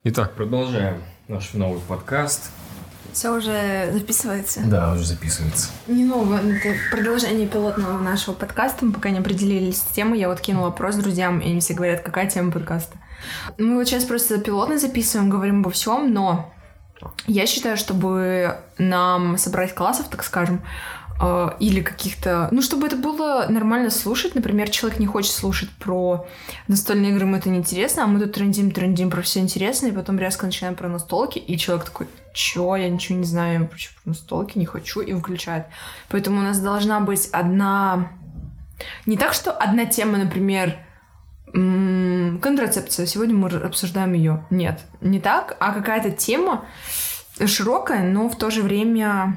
Итак, продолжаем наш новый подкаст. Все уже записывается? Да, уже записывается. Не новое, это продолжение пилотного нашего подкаста. Мы пока не определились с темой. Я вот кинула вопрос друзьям, и они все говорят, какая тема подкаста. Мы вот сейчас просто пилотно записываем, говорим обо всем, но я считаю, чтобы нам собрать классов, так скажем, или каких-то... Ну, чтобы это было нормально слушать. Например, человек не хочет слушать про настольные игры, ему это неинтересно, а мы тут трендим про все интересное, и потом резко начинаем про настолки, и человек такой: чё, я ничего не знаю про настолки, не хочу, и выключает. Поэтому у нас должна быть одна... Не так, что одна тема, например, контрацепция, сегодня мы обсуждаем ее. Нет, не так, а какая-то тема широкая, но в то же время...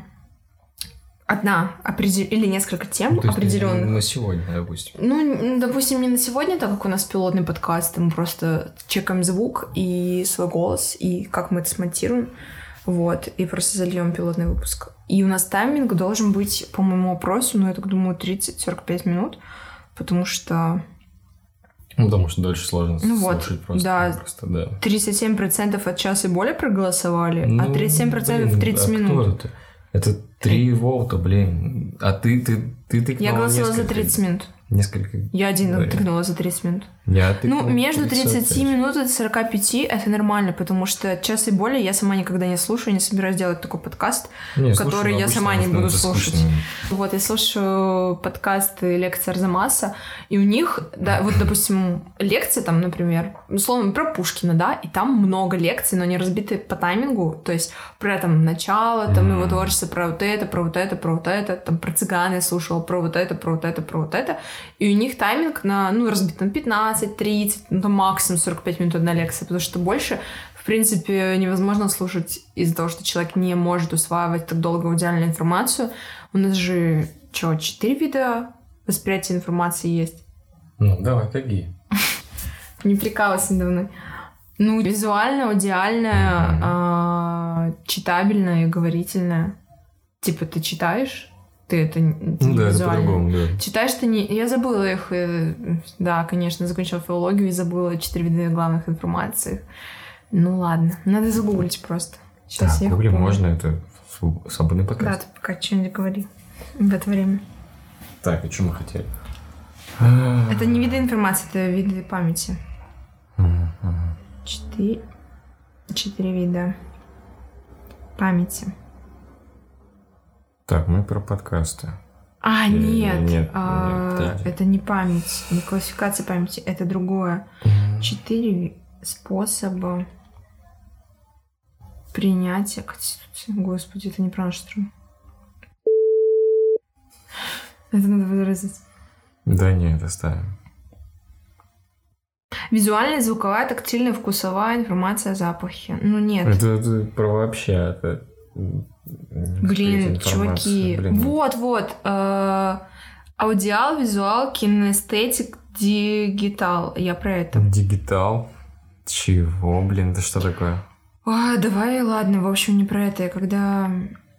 Одна или несколько тем определенных. На сегодня, допустим. Ну, допустим, не на сегодня, так как у нас пилотный подкаст, мы просто чекаем звук и свой голос, и как мы это смонтируем. Вот, и просто зальем пилотный выпуск. И у нас тайминг должен быть, по моему опросу, я так думаю, 30-45 минут, потому что... Ну, потому что дальше сложно слушать просто. Да, просто, да. 37% от часа и более проголосовали, а 37% в 30 минут. Это 3 волта, блин. А ты тыкнула. Я голосовала за 30 минут. Несколько. Я один тыкнула за 30 минут. Я тыкнула между 30 минут и 45 это нормально, потому что час и более я сама никогда не слушаю, не собираюсь делать такой подкаст, который я сама не буду слушать. Вот, я слушаю подкасты лекции Арзамаса, и у них, да, вот, допустим, лекции там, например, условно, про Пушкина, да, и там много лекций, но они разбиты по таймингу, то есть про там начало, там его творчество, про вот это, про вот это, про вот это, там про цыган я слушала, про вот это, про вот это, про вот это. И у них тайминг разбит на 15-30, там максимум 45 минут одна лекция, потому что больше, в принципе, невозможно слушать из-за того, что человек не может усваивать так долго аудиальную информацию. У нас же, 4 вида восприятия информации есть? Ну, давай, какие? Не прикалывайся недавно. Визуальная, аудиальная, читабельная и говорительная. Типа, ты читаешь... Ты это не да, визуально. Это по-другому, да. Читаешь ты не... Я забыла их. Да, конечно, закончила филологию и забыла 4 вида главных информации. Ну ладно, надо загуглить просто. Сейчас я гугли можно, это свободный подкаст. Да, ты пока что-нибудь говори в это время. Так, и что мы хотели? Это не виды информации, это виды памяти. 4 вида памяти. Так, мы про подкасты. Нет, это не память, не классификация памяти, это другое. 4 способа принятия Конституции. Господи, это не про нашу страну. Это надо выразить. Да нет, оставим. Визуальная, звуковая, тактильная, вкусовая информация о запахе. Нет. Это про вообще, это... Блин, чуваки. Вот. Аудиал, визуал, кинестетик, дигитал. Я про это. Дигитал? Чего, блин, это что такое? Давай, ладно, в общем, не про это. Я когда...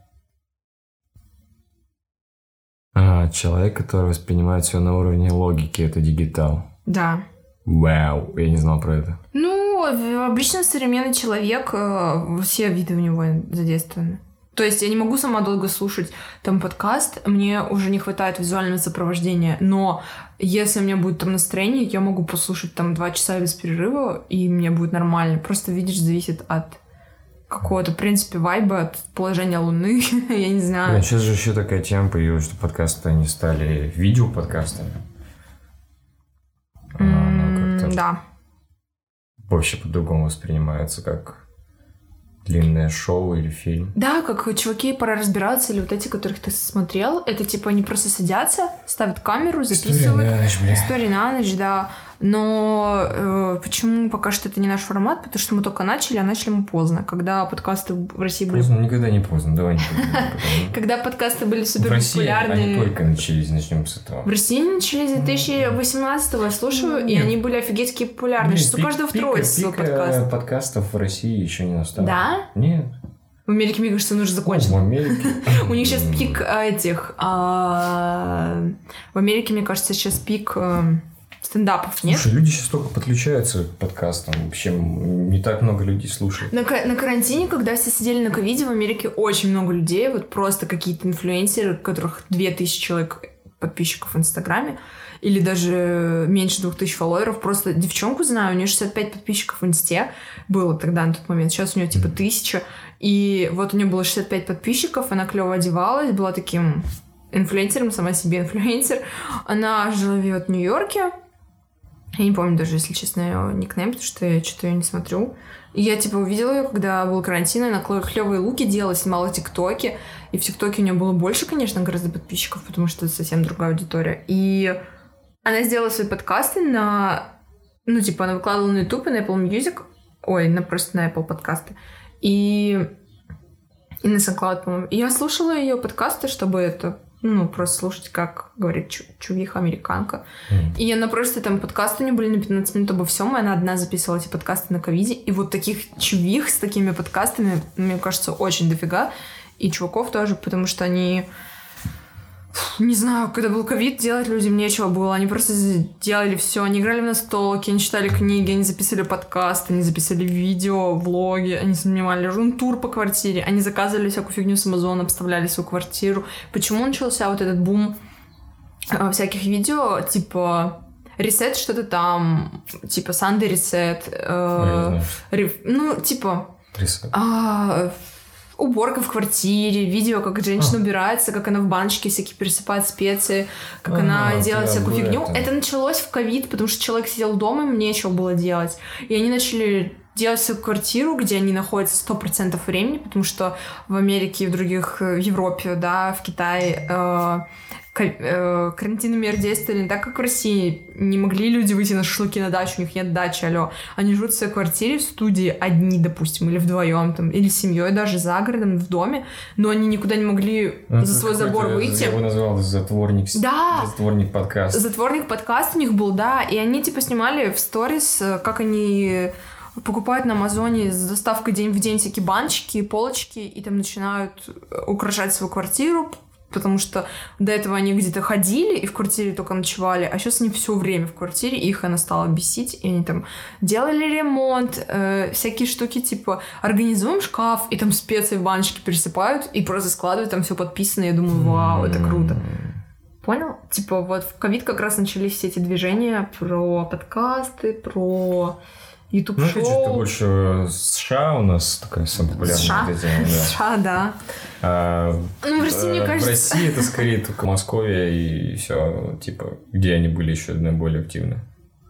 Человек, который воспринимает все на уровне логики, это дигитал. Да. Вау, я не знал про это. Обычно современный человек, все виды у него задействованы. То есть я не могу сама долго слушать там подкаст, мне уже не хватает визуального сопровождения, но если у меня будет там настроение, я могу послушать там 2 часа без перерыва, и мне будет нормально. Просто, видишь, зависит от какого-то, в принципе, вайба, от положения Луны, я не знаю. Сейчас же еще такая тема появилась, что подкасты, они стали видеоподкастами. Да. Вообще по-другому воспринимается, как длинное шоу или фильм. Да, как чуваки «Пора разбираться» или вот эти, которых ты смотрел. Это типа они просто садятся, ставят камеру, записывают. История на ночь, да. Но почему пока что это не наш формат? Потому что мы только начали, а начали мы поздно. Когда подкасты в России были... Поздно, никогда не поздно, давай не поздно. Когда подкасты были супер популярны. В России они только начались, начнем с этого. В России они начались 2018-го, я слушаю, и они были офигетски популярны. Сейчас у каждого второй свой подкаст. Подкастов в России еще не настал. Да? Нет. В Америке, мне кажется, он уже закончен. В Америке? У них сейчас пик этих... В Америке, мне кажется, сейчас пик стендапов нет. Слушай, люди сейчас только подключаются к подкастам. Вообще не так много людей слушают. На карантине, когда все сидели на ковиде, в Америке очень много людей, вот просто какие-то инфлюенсеры, у которых 2000 человек подписчиков в Инстаграме, или даже меньше 2000 фолловеров. Просто девчонку знаю, у нее 65 подписчиков в Инсте было тогда на тот момент. Сейчас у нее типа 1000. И вот у нее было 65 подписчиков, она клево одевалась, была таким инфлюенсером, сама себе инфлюенсер. Она живет в Нью-Йорке. Я не помню даже, если честно, ее никнейм, потому что я что-то ее не смотрю. И я, типа, увидела ее, когда был карантин, она клевые луки делала, снимала тиктоки. И в тиктоке у нее было больше, конечно, гораздо подписчиков, потому что это совсем другая аудитория. И она сделала свои подкасты на... Ну, типа, она выкладывала на YouTube и на Apple Music. Ой, просто на Apple подкасты. И на SoundCloud, по-моему. И я слушала ее подкасты, чтобы это... Ну, просто слушать, как говорит чувиха-американка. И она просто там подкасты у нее были на 15 минут обо всем, и она одна записывала эти подкасты на ковиде. И вот таких чувих с такими подкастами, мне кажется, очень дофига. И чуваков тоже, потому что они... Не знаю, когда был ковид, делать людям нечего было. Они просто делали все. Они играли в настолки, они читали книги, они записывали подкасты, они записывали видео, влоги, они снимали рум-тур по квартире, они заказывали всякую фигню с Амазона, обставляли свою квартиру. Почему начался вот этот бум всяких видео, типа ресет что-то там, типа Sunday ресет, ну, типа... Уборка в квартире, видео, как женщина убирается, как она в баночке всякие пересыпает специи, как она делает всякую фигню. Это началось в ковид, потому что человек сидел дома, им нечего было делать. И они начали делать свою квартиру, где они находятся 100% времени, потому что в Америке и в других, в Европе, да, в Китае карантинные меры действовали не так, как в России. Не могли люди выйти на шашлыки на дачу, у них нет дачи, алло. Они живут в своей квартире, в студии одни, допустим, или вдвоем, там, или с семьей даже за городом, в доме, но они никуда не могли за свой забор выйти. Я его назвал затворник. Да. Затворник подкаст. Затворник подкаст у них был, да, и они, типа, снимали в сторис, как они покупают на Амазоне с доставкой день в день всякие баночки, полочки, и там начинают украшать свою квартиру, потому что до этого они где-то ходили и в квартире только ночевали, а сейчас они все время в квартире, и их она стала бесить, и они там делали ремонт, всякие штуки, типа, организуем шкаф, и там специи в баночки пересыпают, и просто складывают, там все подписано, я думаю, вау, это круто. Понял? Типа, вот в ковид как раз начались все эти движения про подкасты, про... YouTube-шоу. Ну, это больше США у нас такая самая популярная тема. Да. США, да. Ну, в России, мне кажется... В России это скорее только Московия и все, типа, где они были еще наиболее активны.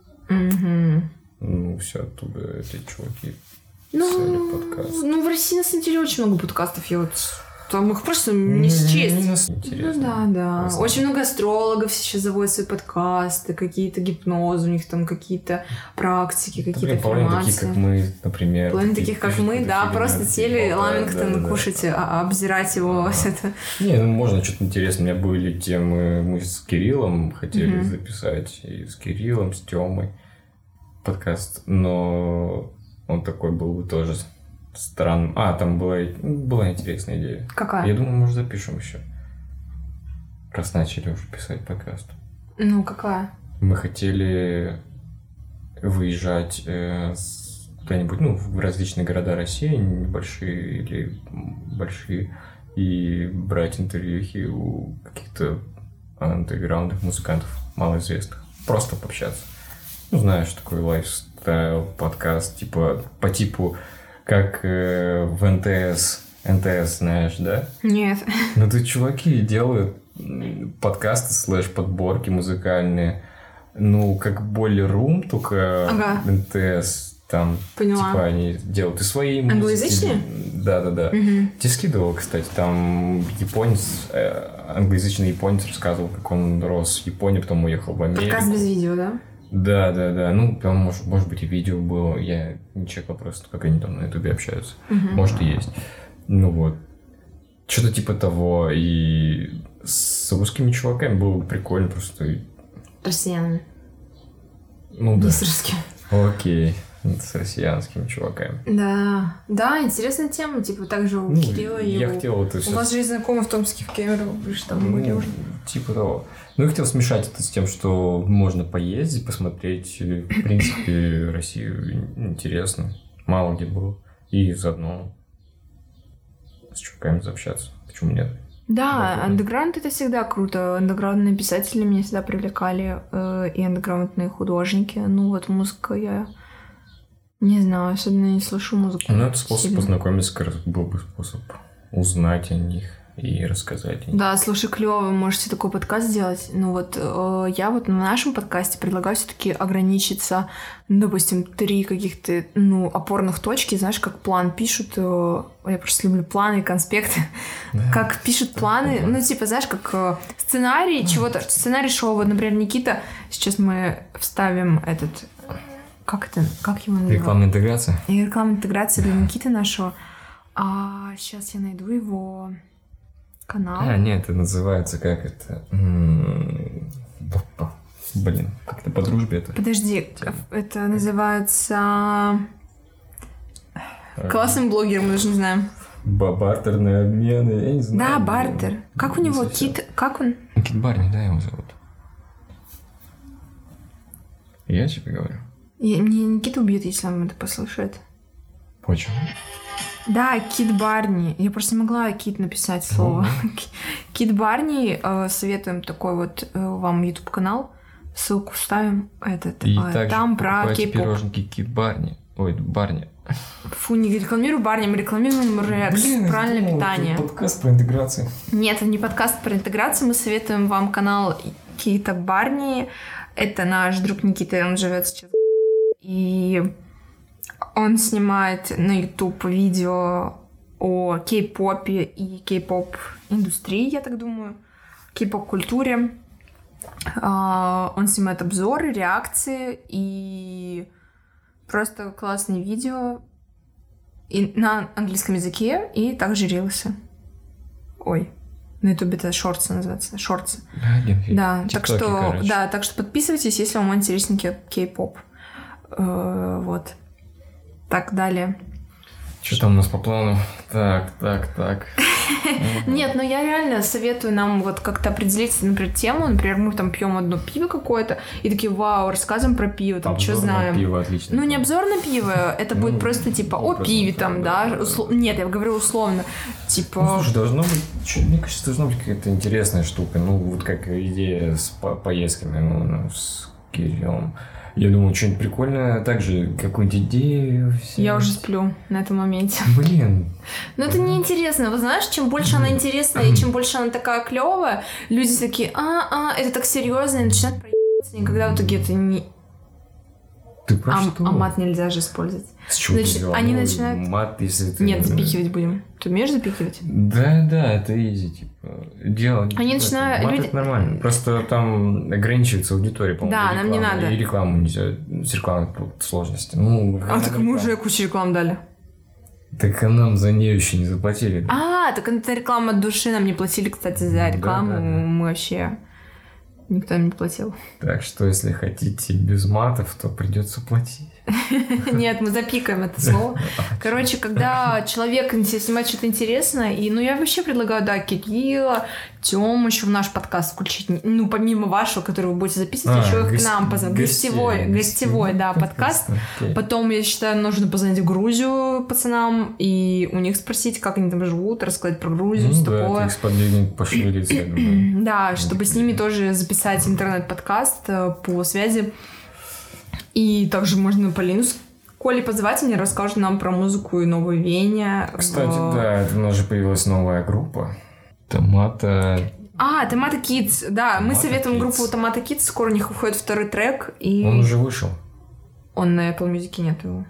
Ну, все оттуда эти чуваки писали подкасты. Ну, в России, на самом деле, очень много подкастов. Я вот... Там их просто не счесть. Интересно. Ну да. Очень много астрологов сейчас заводят свои подкасты, какие-то гипнозы, у них там какие-то практики, какие-то половина таких, как мы, например. Половина таких, как мы, да, просто сели Ламингтон кушать, обзирать его. Не, ну можно что-то интересное. У меня были темы, мы с Кириллом хотели записать, и с Кириллом, с Тёмой подкаст, но он такой был бы тоже... странным. Там была интересная идея. Какая? Я думаю, может, запишем еще. Раз начали уже писать подкаст. Ну, какая? Мы хотели выезжать куда-нибудь, в различные города России, небольшие или большие, и брать интервьюхи у каких-то андеграундных музыкантов, малоизвестных. Просто пообщаться. Знаешь, такой лайфстайл, подкаст, типа, по типу как в НТС. НТС знаешь, да? Нет. Ну, тут чуваки делают подкасты /подборки музыкальные. Ну, как Boiler Room, только НТС. Там, поняла. Типа, они делают и свои музыки. Англоязычные? Да. Тебе скидывал, кстати, там японец, англоязычный японец рассказывал, как он рос в Японии, потом уехал в Америку. Подкаст без видео, да? Да. Ну, там, может быть, и видео было. Я не чекал просто, как они там на Ютубе общаются. Может, и есть. Ну вот. Что-то типа того. И с русскими чуваками было прикольно просто. Россиянами. Ну да. Не с русскими. Окей. С россиянскими чуваками. Да, интересная тема. Типа, также у Кирилла и я хотел это У вас же есть знакомый в Томске в Кемерово. Вы же там были уже. типа того. Ну, я хотел смешать это с тем, что можно поездить, посмотреть. В принципе, Россию интересно. Мало где было. И заодно с чуваками заобщаться. Почему нет? Да, андеграунд это всегда круто. Андеграундные писатели меня всегда привлекали. И андеграундные художники. Ну, вот музыка я... Не знаю, особенно не слышу музыку. Ну, это способ познакомиться, как раз был бы способ узнать о них и рассказать о них. Да, слушай, клево, вы можете такой подкаст сделать. Ну вот я вот на нашем подкасте предлагаю все-таки ограничиться, допустим, 3 каких-то, опорных точки, знаешь, как план пишут. Я просто люблю планы и конспекты. Да. Как пишут планы, знаешь, как сценарий чего-то, сценарий шоу. Вот, например, Никита, сейчас мы вставим этот... Как его называют? Рекламная интеграция? И рекламная интеграция для Никиты нашего. А сейчас я найду его канал. Нет, это называется как это... Блин, как-то по дружбе это... Подожди, это называется... Классным блогером, мы даже не знаем. Бартерные обмены, я не знаю. Да, бартер. Как у него Кит... Как он? Кит Барни, да, его зовут. Я тебе говорю. Мне Никита убьет, если он это послушает. Почему? Да, Кит Барни. Я просто не могла Кит написать слово. Кит Барни. Советуем такой вот вам YouTube-канал. Ссылку ставим. И там про кей-поп. Пирожники Кит Барни. Ой, Барни. Фу, не рекламирую Барни, мы рекламируем Рекс. Правильное питание. Это подкаст про интеграцию. Нет, это не подкаст про интеграцию. Мы советуем вам канал Кита Барни. Это наш друг Никита, он живет сейчас. И он снимает на YouTube видео о кей-попе и кей-поп индустрии, я так думаю, кей-поп культуре. Он снимает обзоры, реакции и просто классные видео и на английском языке, и также рилсы. Ой. На ютубе это шортсы называется. Шортсы. Да, так что подписывайтесь, если вам интересен кей-поп. Вот. Так, далее. Что там у нас по плану? Так. Нет, я реально советую нам вот как-то определить, например, тему. Например, мы там пьем одно пиво какое-то и такие, вау, рассказываем про пиво, там, что знаем. Пиво отлично. Не обзор на пиво, это будет просто типа о пиве там, да. Нет, я говорю условно. Типа... Слушай, должно быть, мне кажется, должна быть какая-то интересная штука. Вот как идея с поездками, с Кириллом. Я думаю, что-нибудь прикольное. Также какую-нибудь идею. Я уже сплю на этом моменте. Блин. Это неинтересно. Вы знаешь, чем больше она интересная и чем больше она такая клевая, люди такие, это так серьезно, и начинают проебаться. Никогда в итоге это не... Ты про что? А мат нельзя же использовать. С чего ты взяла? Они начинают... Мат, если ты... Нет, запикивать будем. Ты умеешь запикивать? Да, это изи, типа. Дело... Они начинают... Мат это нормально. Просто там ограничивается аудитория, по-моему. Да, нам не надо. И рекламу нельзя. С рекламой сложности. Так мы уже кучу реклам дали. Так нам за нее еще не заплатили. Так это реклама от души. Нам не платили, кстати, за рекламу. Да. Мы вообще... Никто не платил. Так что, если хотите без матов, то придется платить. Нет, мы запикаем это слово. Короче, когда человек снимает что-то интересное, и, я вообще предлагаю, Кирилла, Тёму еще в наш подкаст включить. Помимо вашего, который вы будете записывать, еще их к нам позвать. Гостевой, подкаст. Потом, я считаю, нужно позвонить в Грузию пацанам, и у них спросить, как они там живут, рассказать про Грузию, все такое. Да, их сподвигнет пошевелиться, я думаю. Да, чтобы с ними тоже записать интернет-подкаст по связи. И также можно Полину с Колей позвать, они расскажут нам про музыку и новые веяния. Кстати, да, у нас же появилась новая группа. Томата Kids. Да, мы советуем группу Томата Kids. Скоро у них выходит второй трек. И... Он уже вышел. Он на Apple Music нет его.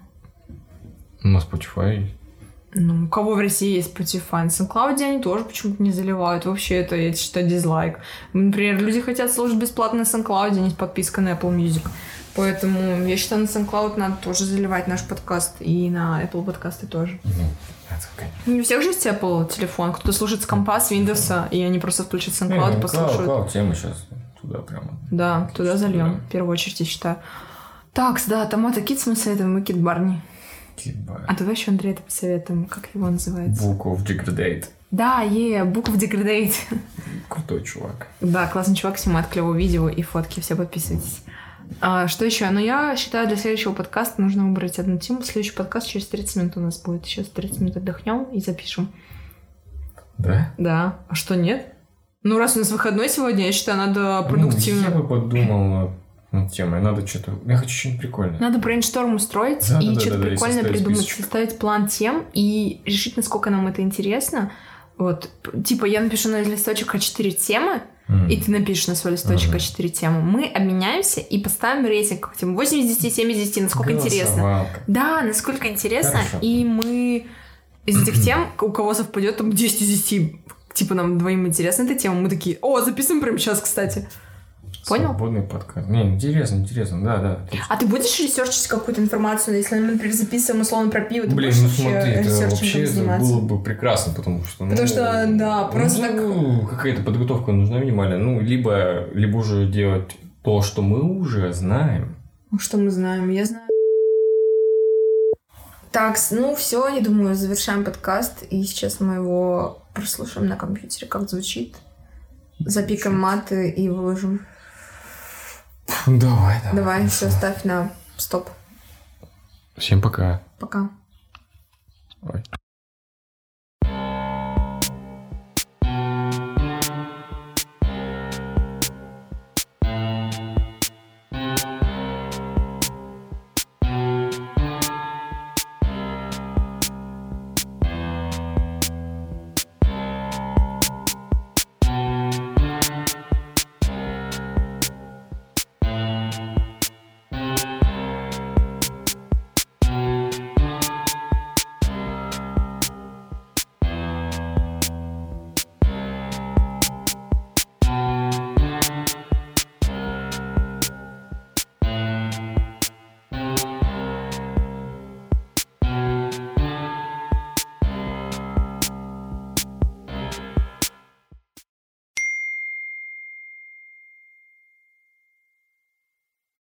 На Spotify есть. У кого в России есть Spotify? На SoundCloud они тоже почему-то не заливают. Вообще это, я считаю, дизлайк. Например, люди хотят слушать бесплатно на SoundCloud, а не с подпиской на Apple Music. Поэтому я считаю, на SoundCloud надо тоже заливать наш подкаст. И на Apple подкасты тоже. Не у всех же есть Apple телефон. Кто-то слушает с компа, с Windows, и они просто включат SoundCloud и послушают. Cloud тему сейчас туда прямо. Да, туда зальем. В первую очередь, я считаю. Так, да, Томата Kids мы советуем, и Кит Барни. А давай еще Андрей это посоветуем, как его называется? Book of Degradate. Да, Book of Degradate. Крутой чувак. Да, классный чувак, снимает клевое видео и фотки, все подписывайтесь. Что еще? Ну, я считаю, для следующего подкаста нужно выбрать одну тему. Следующий подкаст через 30 минут у нас будет. Сейчас 30 минут отдохнем и запишем. Да? Да. А что, нет? Ну, раз у нас выходной сегодня, я считаю, надо продуктивно. Я бы подумал над темой. Надо что-то... Я хочу что-нибудь прикольное. Надо брейншторм устроить и что-то прикольное придумать. Списочек. Составить план тем и решить, насколько нам это интересно. Вот. Типа, я напишу на листочек А4 темы, и ты напишешь на свой листочек А4 темы. Мы обменяемся и поставим рейтинг. 8 из 10, 7 из 10. Насколько интересно. Да, насколько интересно. Хорошо. И мы из этих тем, у кого совпадет, там 10 из 10. Типа, нам двоим интересна эта тема. Мы такие, записываем прямо сейчас, кстати. Понял? Свободный подкаст. Не, интересно, да. А ты будешь ресерчить какую-то информацию? Если мы, например, записываем условно про пиво, ты будешь смотри, это вообще заниматься? Было бы прекрасно, потому что... просто какая-то подготовка нужна минимальная. Либо уже делать то, что мы уже знаем. Что мы знаем? Я знаю. Так, все, я думаю, завершаем подкаст. И сейчас мы его прослушаем на компьютере, как звучит. Запикаем маты и выложим. Давай, все, ставь на стоп. Всем пока. Пока. Ой.